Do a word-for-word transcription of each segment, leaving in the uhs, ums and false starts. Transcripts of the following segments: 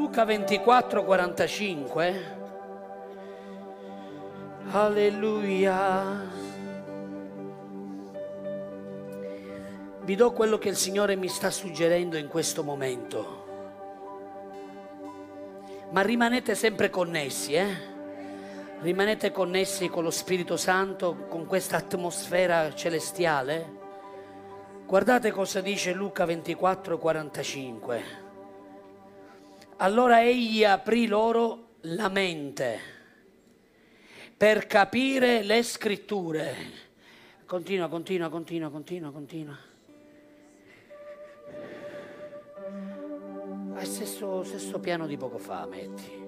Luca ventiquattro quarantacinque. Alleluia. Vi do quello che il Signore mi sta suggerendo in questo momento. Ma rimanete sempre connessi, eh? Rimanete connessi con lo Spirito Santo, con questa atmosfera celestiale. Guardate cosa dice Luca ventiquattro quarantacinque. Allora egli aprì loro la mente per capire le scritture. Continua, continua, continua, continua, continua. Al stesso, stesso piano di poco fa, metti.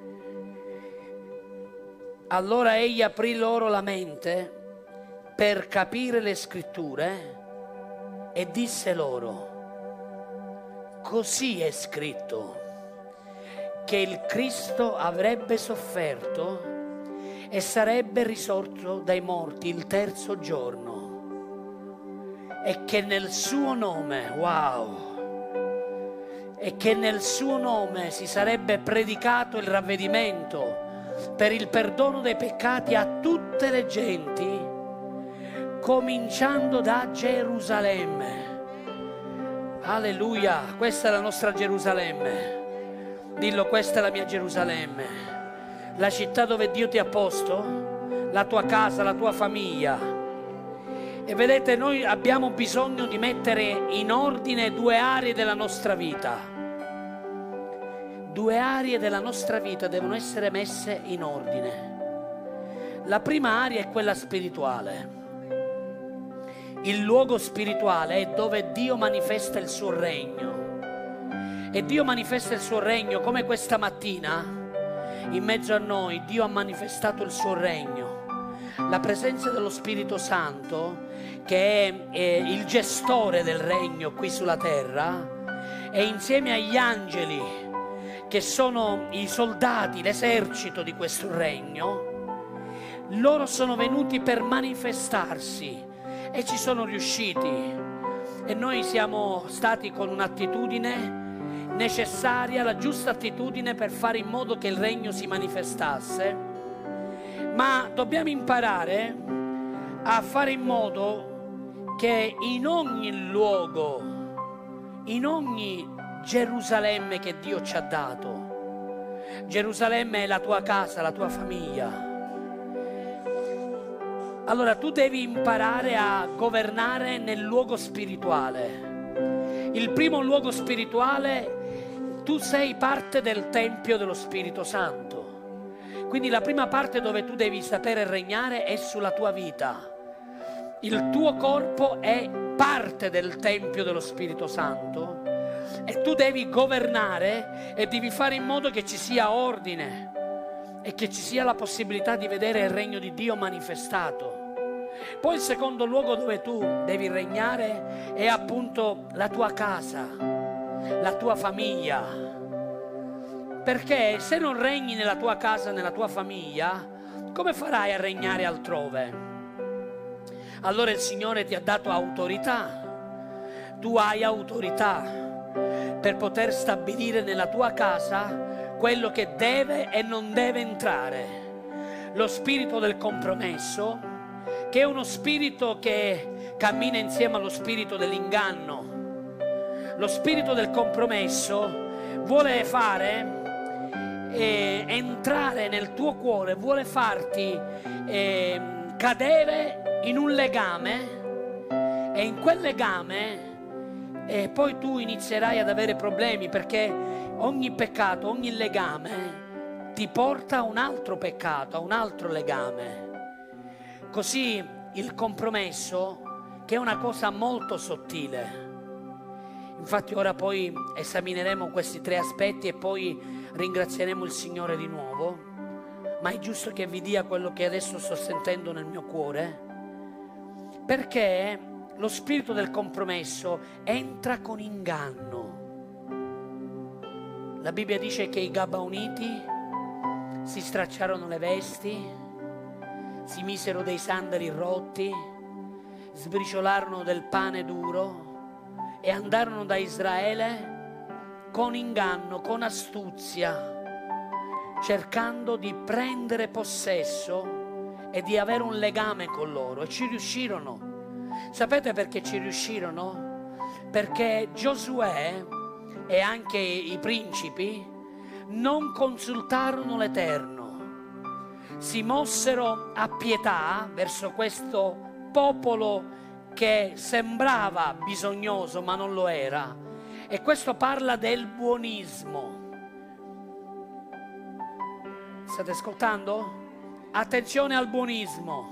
Allora egli aprì loro la mente per capire le scritture e disse loro: così è scritto che il Cristo avrebbe sofferto e sarebbe risorto dai morti il terzo giorno, e che nel suo nome, wow, e che nel suo nome si sarebbe predicato il ravvedimento per il perdono dei peccati a tutte le genti, cominciando da Gerusalemme. Alleluia, questa è la nostra Gerusalemme. Dillo: questa è la mia Gerusalemme, la città dove Dio ti ha posto, la tua casa, la tua famiglia. E vedete, noi abbiamo bisogno di mettere in ordine due aree della nostra vita. Due aree della nostra vita devono essere messe in ordine. La prima area è quella spirituale. Il luogo spirituale è dove Dio manifesta il suo regno. E Dio manifesta il suo regno come questa mattina. In mezzo a noi Dio ha manifestato il suo regno. La presenza dello Spirito Santo, che è, è il gestore del regno qui sulla terra, e insieme agli angeli, che sono i soldati, l'esercito di questo regno, loro sono venuti per manifestarsi e ci sono riusciti. E noi siamo stati con un'attitudine necessaria, la giusta attitudine per fare in modo che il regno si manifestasse. Ma dobbiamo imparare a fare in modo che in ogni luogo, in ogni Gerusalemme che Dio ci ha dato, Gerusalemme è la tua casa, la tua famiglia, allora tu devi imparare a governare nel luogo spirituale. Il primo luogo spirituale, tu sei parte del Tempio dello Spirito Santo. Quindi la prima parte dove tu devi sapere regnare è sulla tua vita. Il tuo corpo è parte del Tempio dello Spirito Santo e tu devi governare e devi fare in modo che ci sia ordine e che ci sia la possibilità di vedere il regno di Dio manifestato. Poi il secondo luogo dove tu devi regnare è appunto la tua casa, la tua famiglia. Perché se non regni nella tua casa, nella tua famiglia, come farai a regnare altrove? Allora il Signore ti ha dato autorità. Tu hai autorità per poter stabilire nella tua casa quello che deve e non deve entrare. Lo spirito del compromesso, che è uno spirito che cammina insieme allo spirito dell'inganno. Lo spirito del compromesso vuole fare eh, entrare nel tuo cuore, vuole farti eh, cadere in un legame, e in quel legame e poi tu inizierai ad avere problemi, perché ogni peccato, ogni legame ti porta a un altro peccato, a un altro legame. Così il compromesso, che è una cosa molto sottile. Infatti ora poi esamineremo questi tre aspetti e poi ringrazieremo il Signore di nuovo, ma è giusto che vi dia quello che adesso sto sentendo nel mio cuore, perché lo spirito del compromesso entra con inganno. La Bibbia dice che i Gabaoniti si stracciarono le vesti, si misero dei sandali rotti, sbriciolarono del pane duro e andarono da Israele con inganno, con astuzia, cercando di prendere possesso e di avere un legame con loro, e ci riuscirono. Sapete perché ci riuscirono? Perché Giosuè e anche i principi non consultarono l'Eterno, si mossero a pietà verso questo popolo che sembrava bisognoso ma non lo era. E questo parla del buonismo. State ascoltando? Attenzione al buonismo.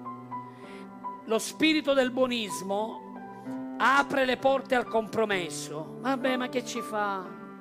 Lo spirito del buonismo apre le porte al compromesso. Vabbè, ma che ci fa?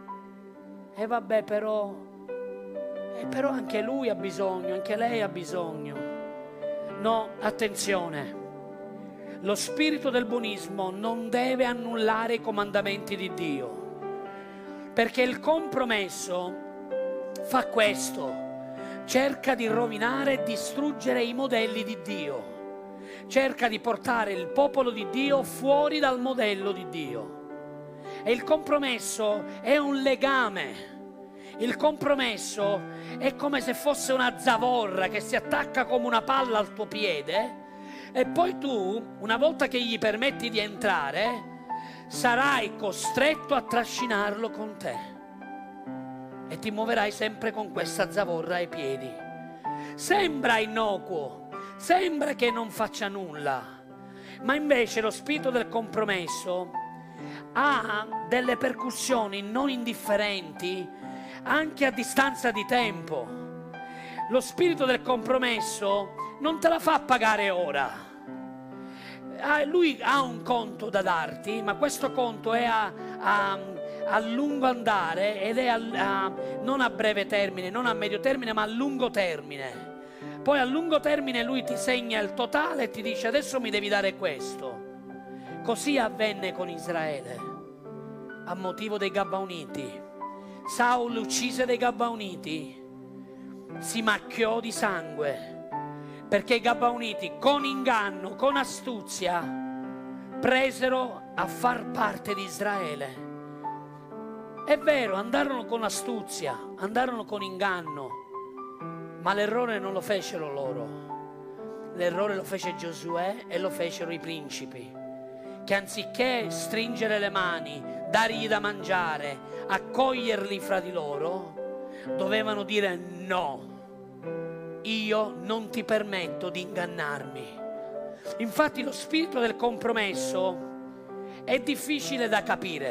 E vabbè, però e però anche lui ha bisogno, anche lei ha bisogno. No, attenzione. Lo spirito del buonismo non deve annullare i comandamenti di Dio, perché il compromesso fa questo: cerca di rovinare e distruggere i modelli di Dio, cerca di portare il popolo di Dio fuori dal modello di Dio. E il compromesso è un legame. Il compromesso è come se fosse una zavorra che si attacca come una palla al tuo piede, e poi tu, una volta che gli permetti di entrare, sarai costretto a trascinarlo con te e ti muoverai sempre con questa zavorra ai piedi. Sembra innocuo, sembra che non faccia nulla, ma invece lo spirito del compromesso ha delle percussioni non indifferenti anche a distanza di tempo. Lo spirito del compromesso non te la fa pagare ora. Lui ha un conto da darti, ma questo conto è a, a, a lungo andare, ed è a, a, non a breve termine, non a medio termine, ma a lungo termine. Poi a lungo termine lui ti segna il totale e ti dice: adesso mi devi dare questo. Così avvenne con Israele a motivo dei Gabaoniti. Saul uccise dei Gabaoniti, si macchiò di sangue, perché i Gabaoniti con inganno, con astuzia, presero a far parte di Israele. È vero, andarono con astuzia, andarono con inganno, ma l'errore non lo fecero loro. L'errore lo fece Giosuè e lo fecero i principi, che anziché stringere le mani, dargli da mangiare, accoglierli fra di loro, dovevano dire: no, io non ti permetto di ingannarmi. Infatti lo spirito del compromesso è difficile da capire,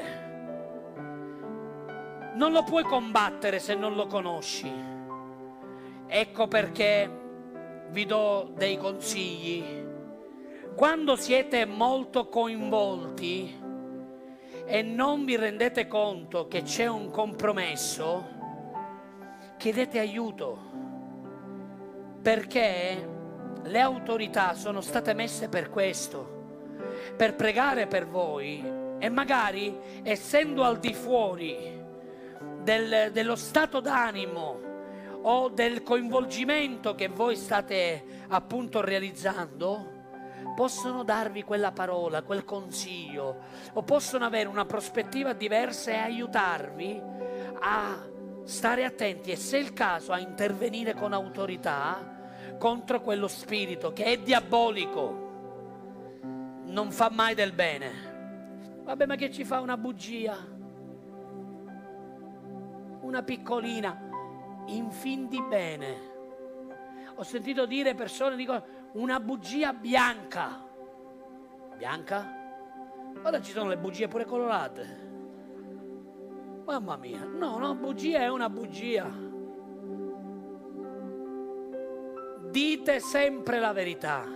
non lo puoi combattere se non lo conosci. Ecco perché vi do dei consigli. Quando siete molto coinvolti e non vi rendete conto che c'è un compromesso, chiedete aiuto, perché le autorità sono state messe per questo, per pregare per voi, e magari, essendo al di fuori del, dello stato d'animo o del coinvolgimento che voi state appunto realizzando, possono darvi quella parola, quel consiglio, o possono avere una prospettiva diversa e aiutarvi a stare attenti, e se è il caso a intervenire con autorità contro quello spirito che è diabolico, non fa mai del bene. Vabbè, ma che ci fa una bugia? Una piccolina, in fin di bene. Ho sentito dire persone, dicono: una bugia bianca. Bianca? Ora ci sono le bugie pure colorate. Mamma mia, no, no, bugia è una bugia. Dite sempre la verità.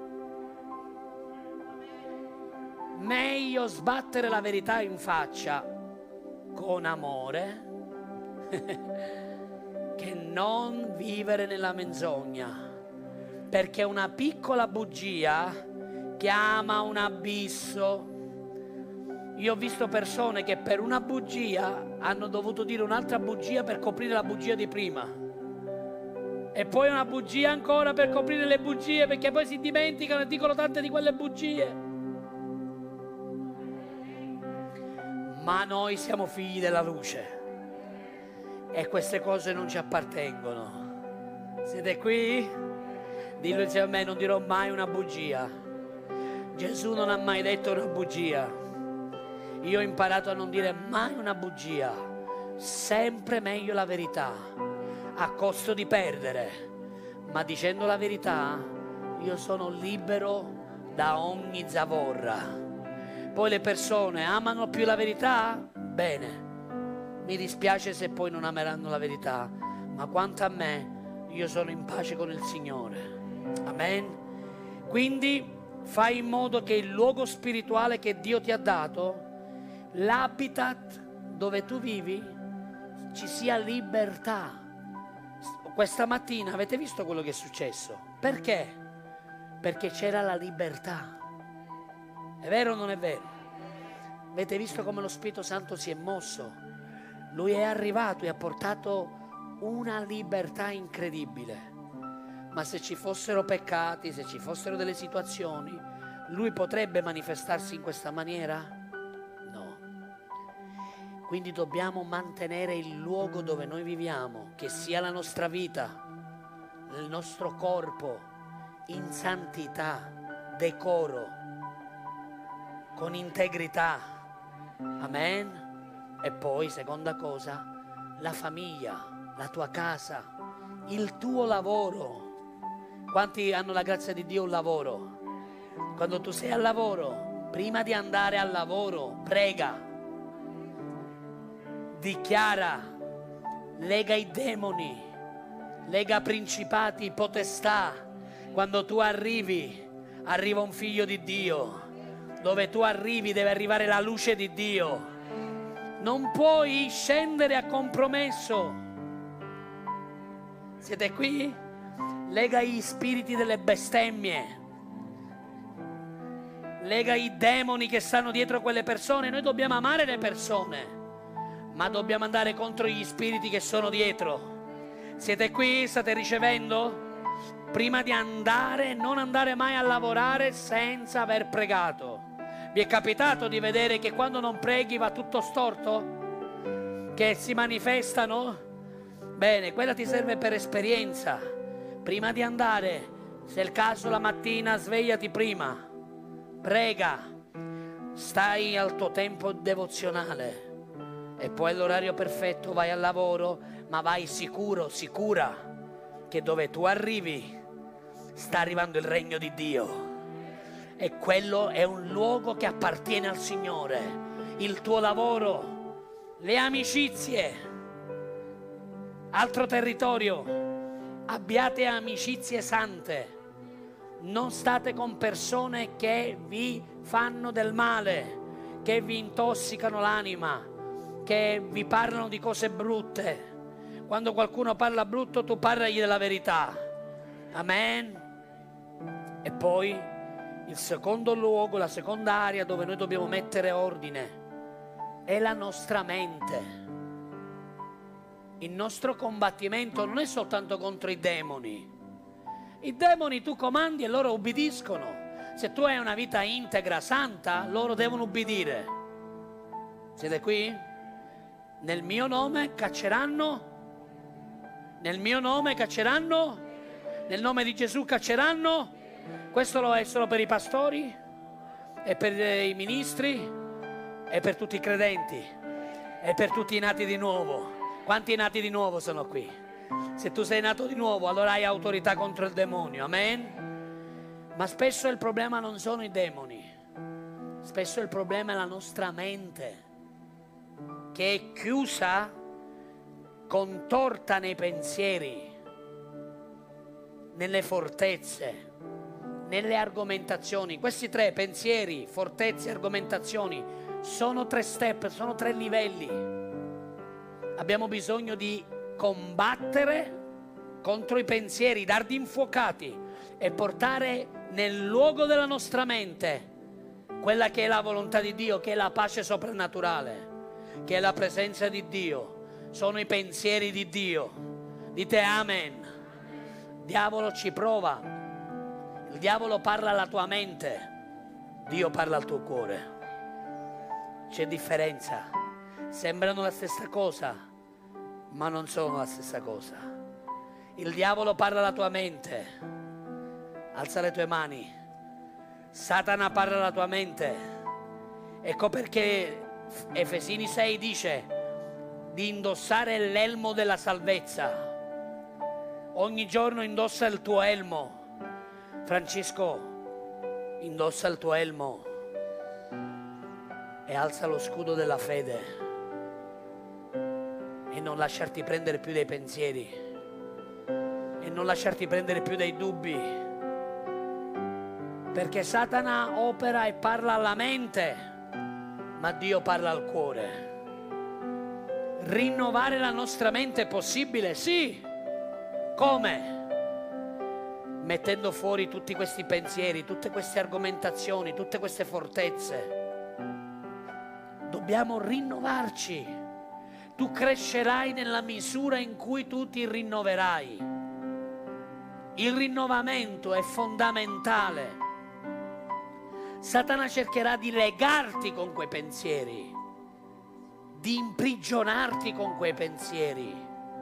Meglio sbattere la verità in faccia con amore che non vivere nella menzogna, perché una piccola bugia chiama un abisso. Io ho visto persone che per una bugia hanno dovuto dire un'altra bugia per coprire la bugia di prima, e poi una bugia ancora per coprire le bugie, perché poi si dimenticano e dicono tante di quelle bugie. ma noi siamo figli della luce e queste cose non ci appartengono. Siete qui? Dillo insieme a me: non dirò mai una bugia. Gesù non ha mai detto una bugia. Io ho imparato a non dire mai una bugia, sempre meglio la verità, a costo di perdere, ma dicendo la verità io sono libero da ogni zavorra. Poi le persone amano più la verità? Bene, mi dispiace se poi non ameranno la verità, ma quanto a me, io sono in pace con il Signore. Amen. Quindi fai in modo che il luogo spirituale che Dio ti ha dato, l'habitat dove tu vivi, ci sia libertà. Questa mattina avete visto quello che è successo? Perché? Perché c'era la libertà. È vero o non è vero? Avete visto come lo Spirito Santo si è mosso? Lui è arrivato e ha portato una libertà incredibile. Ma se ci fossero peccati, se ci fossero delle situazioni, lui potrebbe manifestarsi in questa maniera? No. Quindi dobbiamo mantenere il luogo dove noi viviamo, che sia la nostra vita, il nostro corpo, in santità, decoro, con integrità. Amen. E poi, seconda cosa, la famiglia, la tua casa, il tuo lavoro. Quanti hanno la grazia di Dio un lavoro? Quando tu sei al lavoro, prima di andare al lavoro, prega, dichiara, lega i demoni, lega principati, potestà. Quando tu arrivi, arriva un figlio di Dio. Dove tu arrivi deve arrivare la luce di Dio. Non puoi scendere a compromesso. Siete qui? Lega gli spiriti delle bestemmie, lega i demoni che stanno dietro quelle persone. Noi dobbiamo amare le persone, ma dobbiamo andare contro gli spiriti che sono dietro. Siete qui? State ricevendo? Prima di andare, non andare mai a lavorare senza aver pregato. Vi è capitato di vedere che quando non preghi va tutto storto? Che si manifestano? Bene, quella ti serve per esperienza. Prima di andare, se è il caso la mattina, svegliati prima, prega, stai al tuo tempo devozionale e poi all'orario perfetto vai al lavoro, ma vai sicuro, sicura che dove tu arrivi sta arrivando il regno di Dio. E quello è un luogo che appartiene al Signore. Il tuo lavoro, le amicizie, altro territorio. Abbiate amicizie sante. Non state con persone che vi fanno del male, che vi intossicano l'anima, che vi parlano di cose brutte. Quando qualcuno parla brutto, tu parlagli della verità. Amen. E poi il secondo luogo, la seconda area dove noi dobbiamo mettere ordine è la nostra mente. Il nostro combattimento non è soltanto contro i demoni. I demoni tu comandi e loro ubbidiscono. Se tu hai una vita integra, santa, loro devono ubbidire. Siete qui? Nel mio nome cacceranno? Nel mio nome cacceranno? Nel nome di Gesù cacceranno? Questo lo è solo per i pastori? E per i ministri? E per tutti i credenti? E per tutti i nati di nuovo? Quanti nati di nuovo sono qui? Se tu sei nato di nuovo, allora hai autorità contro il demonio. Amen? Ma spesso il problema non sono i demoni. Spesso il problema è la nostra mente, che è chiusa, contorta nei pensieri, nelle fortezze, nelle argomentazioni. Questi tre, pensieri, fortezze, argomentazioni, sono tre step, sono tre livelli. Abbiamo bisogno di combattere contro i pensieri, dardi infuocati e portare nel luogo della nostra mente quella che è la volontà di Dio, che è la pace soprannaturale, che è la presenza di Dio, sono i pensieri di Dio. Dite amen. Il diavolo ci prova, il diavolo parla alla tua mente, Dio parla al tuo cuore. C'è differenza. sembrano la stessa cosa, ma non sono la stessa cosa. Il diavolo parla alla tua mente, alza le tue mani. Satana parla alla tua mente. Ecco perché Efesini sei dice di indossare l'elmo della salvezza. Ogni giorno indossa il tuo elmo. Francesco, indossa il tuo elmo e alza lo scudo della fede e non lasciarti prendere più dai pensieri e non lasciarti prendere più dai dubbi, perché Satana opera e parla alla mente, ma Dio parla al cuore. Rinnovare la nostra mente è possibile? Sì. Come? Mettendo fuori tutti questi pensieri, tutte queste argomentazioni, tutte queste fortezze. Dobbiamo rinnovarci. Tu crescerai nella misura in cui tu ti rinnoverai. Il rinnovamento è fondamentale. Satana cercherà di legarti con quei pensieri, di imprigionarti con quei pensieri.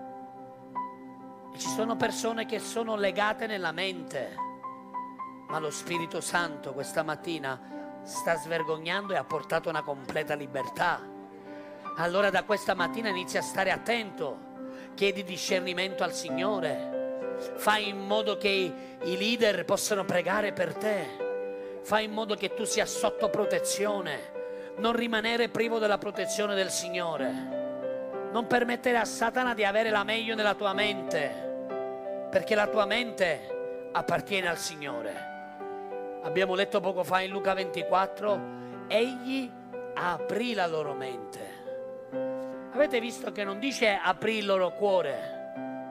E ci sono persone che sono legate nella mente, ma lo Spirito Santo questa mattina sta svergognando e ha portato una completa libertà. Allora da questa mattina inizia a stare attento, chiedi discernimento al Signore, fai in modo che i leader possano pregare per te, fai in modo che tu sia sotto protezione, non rimanere privo della protezione del Signore, non permettere a Satana di avere la meglio nella tua mente, perché la tua mente appartiene al Signore. Abbiamo letto poco fa in Luca ventiquattro, egli aprì la loro mente. Avete visto che non dice aprì il loro cuore,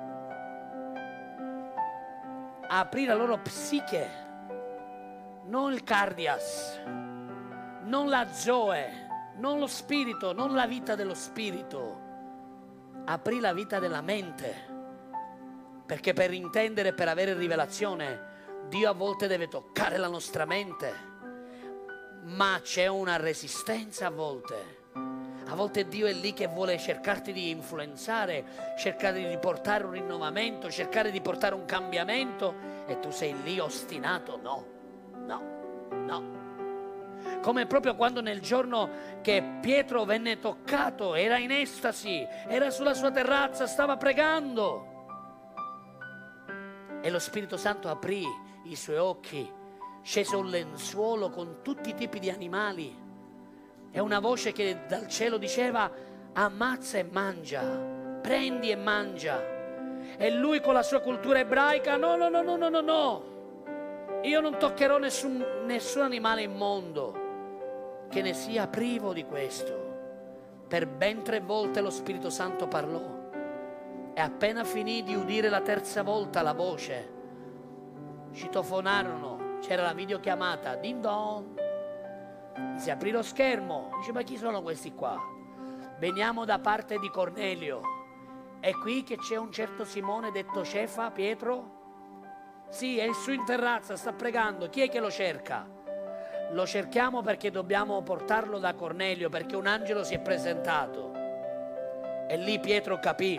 aprì la loro psiche, non il cardias, non la zoe, non lo spirito, non la vita dello spirito, aprì la vita della mente, perché per intendere, per avere rivelazione, Dio a volte deve toccare la nostra mente, ma c'è una resistenza a volte. A volte Dio è lì che vuole cercarti di influenzare, cercare di portare un rinnovamento, cercare di portare un cambiamento, e tu sei lì ostinato. No, no, no. Come proprio quando nel giorno che Pietro venne toccato, era in estasi, era sulla sua terrazza, stava pregando, e lo Spirito Santo aprì i suoi occhi, scese un lenzuolo con tutti i tipi di animali e una voce che dal cielo diceva: ammazza e mangia, prendi e mangia. E lui con la sua cultura ebraica: no, no, no, no, no, no, no, io non toccherò nessun, nessun animale immondo che ne sia privo di questo. Per ben tre volte lo Spirito Santo parlò, e appena finì di udire la terza volta la voce, citofonarono, c'era la videochiamata, din don, si aprì lo schermo, dice: ma chi sono questi qua? Veniamo da parte di Cornelio, è qui che c'è un certo Simone detto Cefa, Pietro? Sì, è su in terrazza, sta pregando. Chi è che lo cerca? Lo cerchiamo perché dobbiamo portarlo da Cornelio, perché un angelo si è presentato. E lì Pietro capì,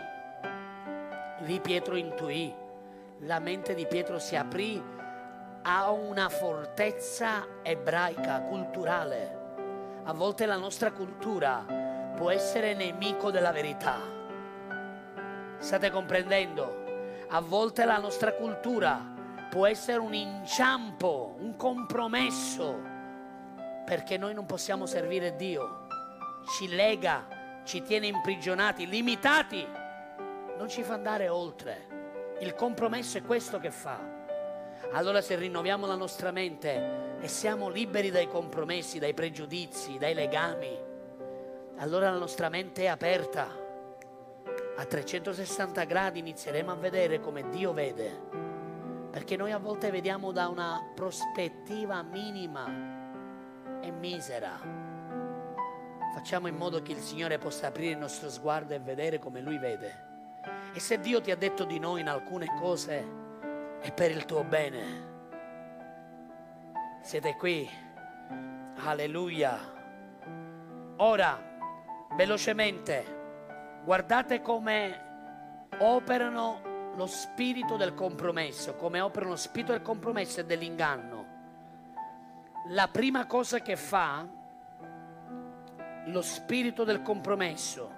lì Pietro intuì, la mente di Pietro si aprì a una fortezza ebraica, culturale. A volte la nostra cultura può essere nemico della verità. State comprendendo? A volte la nostra cultura può essere un inciampo, un compromesso, perché noi non possiamo servire Dio. Ci lega, ci tiene imprigionati, limitati, non ci fa andare oltre. Il compromesso è questo che fa. Allora se rinnoviamo la nostra mente e siamo liberi dai compromessi, dai pregiudizi, dai legami, allora la nostra mente è aperta. A trecentosessanta gradi inizieremo a vedere come Dio vede, perché noi a volte vediamo da una prospettiva minima e misera. Facciamo in modo che il Signore possa aprire il nostro sguardo e vedere come Lui vede. E se Dio ti ha detto di noi in alcune cose, è per il tuo bene. Siete qui? Alleluia. Ora velocemente, guardate come operano lo spirito del compromesso, come opera lo spirito del compromesso e dell'inganno. La prima cosa che fa lo spirito del compromesso,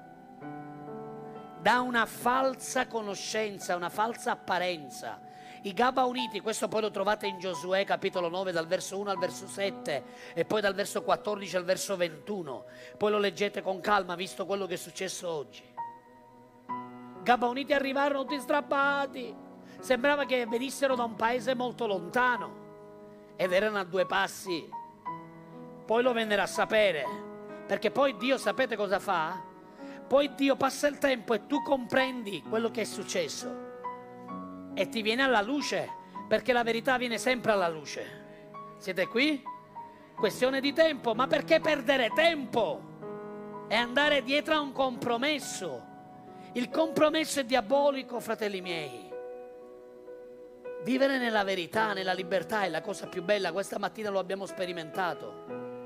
dà una falsa conoscenza, una falsa apparenza. I Gabaoniti, questo poi lo trovate in Giosuè capitolo nove dal verso uno al verso sette e poi dal verso quattordici al verso ventuno, poi lo leggete con calma visto quello che è successo oggi. Gabaoniti arrivarono tutti strappati, sembrava che venissero da un paese molto lontano ed erano a due passi. Poi lo vennero a sapere, perché poi Dio sapete cosa fa? Poi Dio passa il tempo e tu comprendi quello che è successo e ti viene alla luce, perché la verità viene sempre alla luce. Siete qui? Questione di tempo. Ma perché perdere tempo e andare dietro a un compromesso? Il compromesso è diabolico, fratelli miei. Vivere nella verità, nella libertà è la cosa più bella. Questa mattina lo abbiamo sperimentato.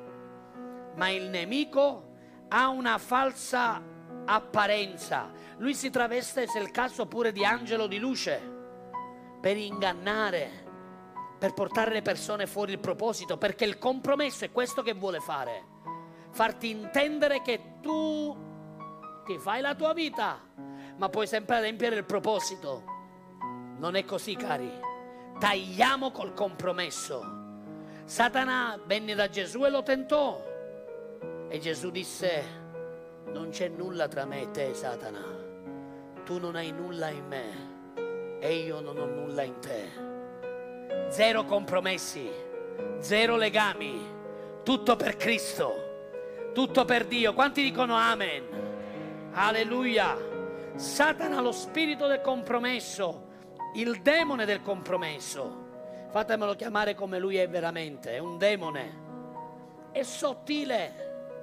Ma il nemico ha una falsa apparenza. Lui si traveste, se è il caso, pure di angelo di luce per ingannare, per portare le persone fuori il proposito, perché il compromesso è questo che vuole fare: farti intendere che tu ti fai la tua vita ma puoi sempre adempiere il proposito. Non è così, cari. Tagliamo col compromesso. Satana venne da Gesù e lo tentò e Gesù disse: non c'è nulla tra me e te, Satana. Tu non hai nulla in me e io non ho nulla in te. Zero compromessi, zero legami, tutto per Cristo, tutto per Dio. Quanti dicono amen? Alleluia. Satana ha lo spirito del compromesso, il demone del compromesso. Fatemelo chiamare come lui è veramente, è un demone. È sottile.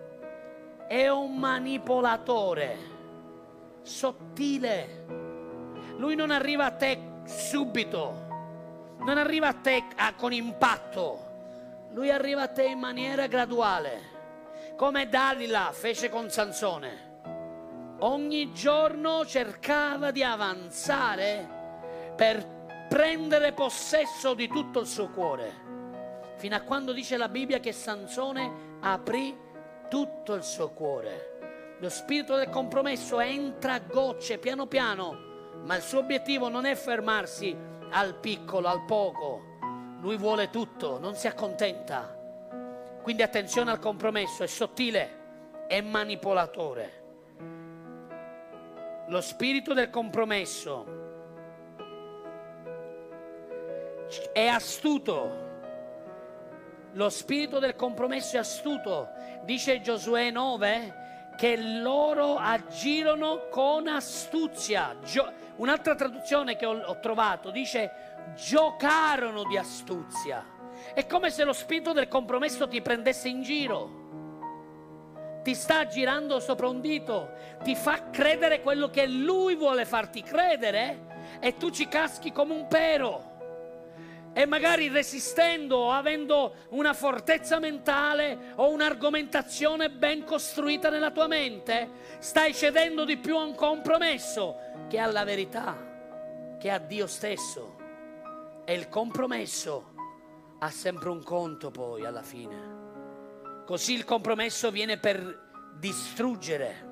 È un manipolatore sottile. Lui non arriva a te subito, non arriva a te a, con impatto. Lui arriva a te in maniera graduale, come Dalila fece con Sansone. Ogni giorno cercava di avanzare per prendere possesso di tutto il suo cuore, fino a quando dice la Bibbia che Sansone aprì tutto il suo cuore. Lo spirito del compromesso entra a gocce, piano piano, ma il suo obiettivo non è fermarsi al piccolo, al poco. Lui vuole tutto, non si accontenta. Quindi attenzione al compromesso, è sottile, è manipolatore. Lo spirito del compromesso è astuto. Lo spirito del compromesso è astuto. Dice Giosuè nove che loro agirono con astuzia. Gio- Un'altra traduzione che ho, ho trovato dice giocarono di astuzia. È come se lo spirito del compromesso ti prendesse in giro, ti sta girando sopra un dito, ti fa credere quello che lui vuole farti credere e tu ci caschi come un pero. E magari resistendo o avendo una fortezza mentale o un'argomentazione ben costruita nella tua mente, stai cedendo di più a un compromesso che alla verità, che a Dio stesso. E il compromesso ha sempre un conto poi alla fine. Così il compromesso viene per distruggere,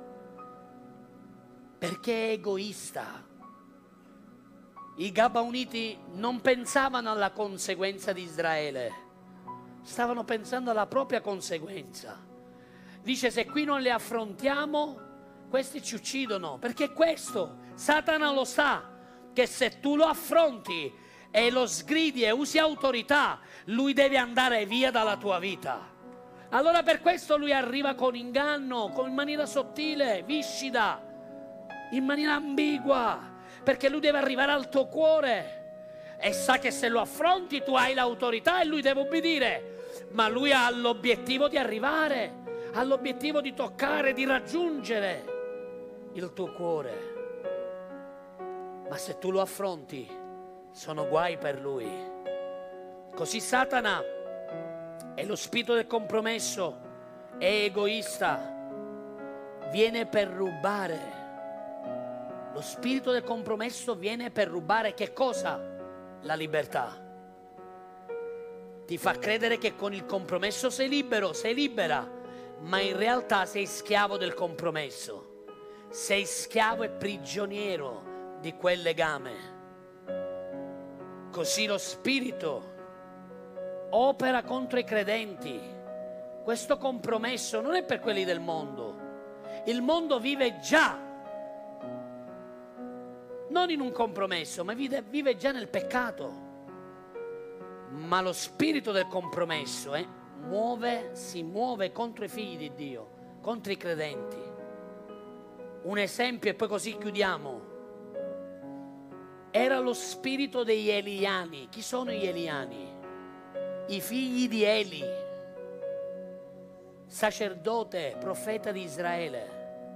perché è egoista. I Gabaoniti non pensavano alla conseguenza di Israele, stavano pensando alla propria conseguenza. Dice: se qui non le affrontiamo, questi ci uccidono, perché questo Satana lo sa, che se tu lo affronti e lo sgridi e usi autorità, lui deve andare via dalla tua vita. Allora per questo lui arriva con inganno, con in maniera sottile, viscida, in maniera ambigua, perché lui deve arrivare al tuo cuore e sa che se lo affronti tu hai l'autorità e lui deve obbedire, ma lui ha l'obiettivo di arrivare, ha l'obiettivo di toccare, di raggiungere il tuo cuore. Ma se tu lo affronti sono guai per lui. Così Satana è lo spirito del compromesso, è egoista, viene per rubare. Lo spirito del compromesso viene per rubare che cosa? La libertà. Ti fa credere che con il compromesso sei libero, sei libera, ma in realtà sei schiavo del compromesso. Sei schiavo e prigioniero di quel legame. Così lo spirito opera contro i credenti. Questo compromesso non è per quelli del mondo. Il mondo vive già, non in un compromesso, ma vive, vive già nel peccato. Ma lo spirito del compromesso eh, muove, si muove contro i figli di Dio, contro i credenti. Un esempio e poi così chiudiamo. Era lo spirito degli Eliani. Chi sono gli Eliani? I figli di Eli, sacerdote, profeta di Israele.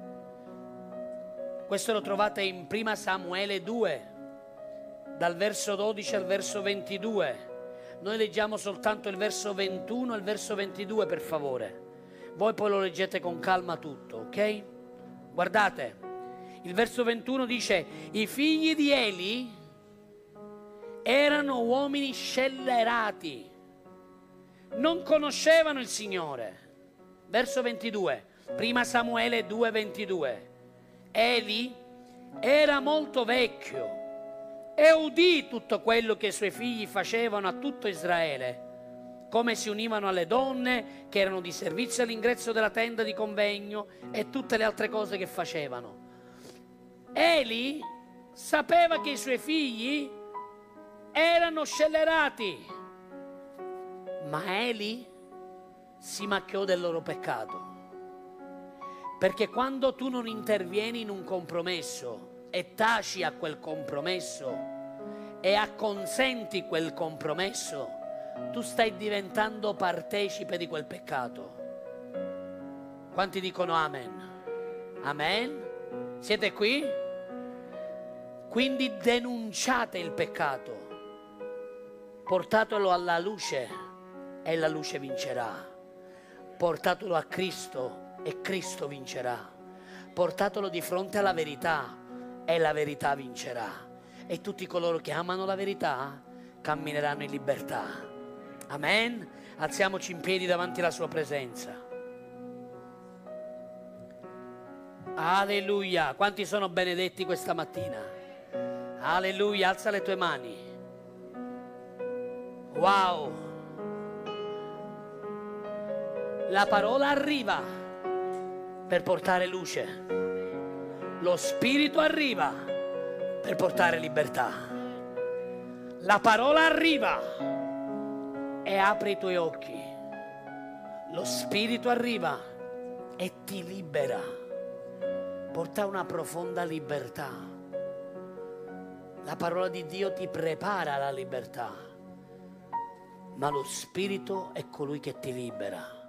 Questo lo trovate in prima Samuele due, dal verso dodici al verso ventidue. Noi leggiamo soltanto il verso ventuno e il verso ventidue, per favore. Voi poi lo leggete con calma tutto, ok? Guardate, il verso ventuno dice: i figli di Eli erano uomini scellerati, non conoscevano il Signore. Verso ventidue, prima Samuele due ventidue. Eli era molto vecchio e udì tutto quello che i suoi figli facevano a tutto Israele, come si univano alle donne che erano di servizio all'ingresso della tenda di convegno e tutte le altre cose che facevano. Eli sapeva che i suoi figli erano scellerati, ma Eli si macchiò del loro peccato. Perché quando tu non intervieni in un compromesso e taci a quel compromesso e acconsenti quel compromesso, tu stai diventando partecipe di quel peccato. Quanti dicono amen? Amen? Siete qui? Quindi denunciate il peccato, portatelo alla luce e la luce vincerà. Portatelo a Cristo e Cristo vincerà. Portatelo di fronte alla verità e la verità vincerà. E tutti coloro che amano la verità cammineranno in libertà. Amen? Alziamoci in piedi davanti alla sua presenza. Alleluia. Quanti sono benedetti questa mattina? Alleluia. Alza le tue mani. Wow. La parola arriva per portare luce. Lo Spirito arriva per portare libertà. La parola arriva e apre i tuoi occhi. Lo Spirito arriva e ti libera. Porta una profonda libertà. La parola di Dio ti prepara alla libertà, ma lo Spirito è colui che ti libera.